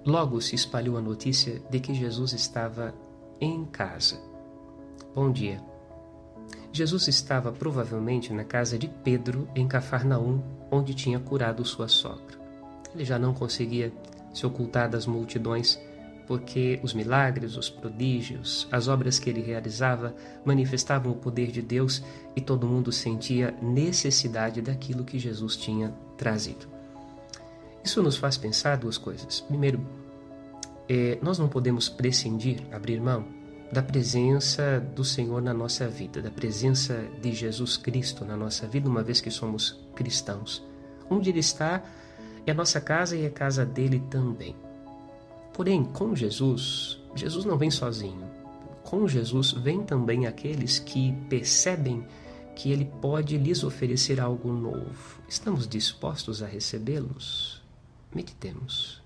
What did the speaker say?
Logo se espalhou a notícia de que Jesus estava em casa. Bom dia. Jesus estava provavelmente na casa de Pedro, em Cafarnaum, onde tinha curado sua sogra. Ele já não conseguia se ocultar das multidões, porque os milagres, os prodígios, as obras que ele realizava manifestavam o poder de Deus e todo mundo sentia necessidade daquilo que Jesus tinha trazido. Isso nos faz pensar duas coisas. Primeiro, nós não podemos prescindir, abrir mão da presença do Senhor na nossa vida, da presença de Jesus Cristo na nossa vida, uma vez que somos cristãos. Onde Ele está é a nossa casa e é a casa dele também. Porém, com Jesus não vem sozinho. Com Jesus vem também aqueles que percebem que Ele pode lhes oferecer algo novo. Estamos dispostos a recebê-los? Meditemos.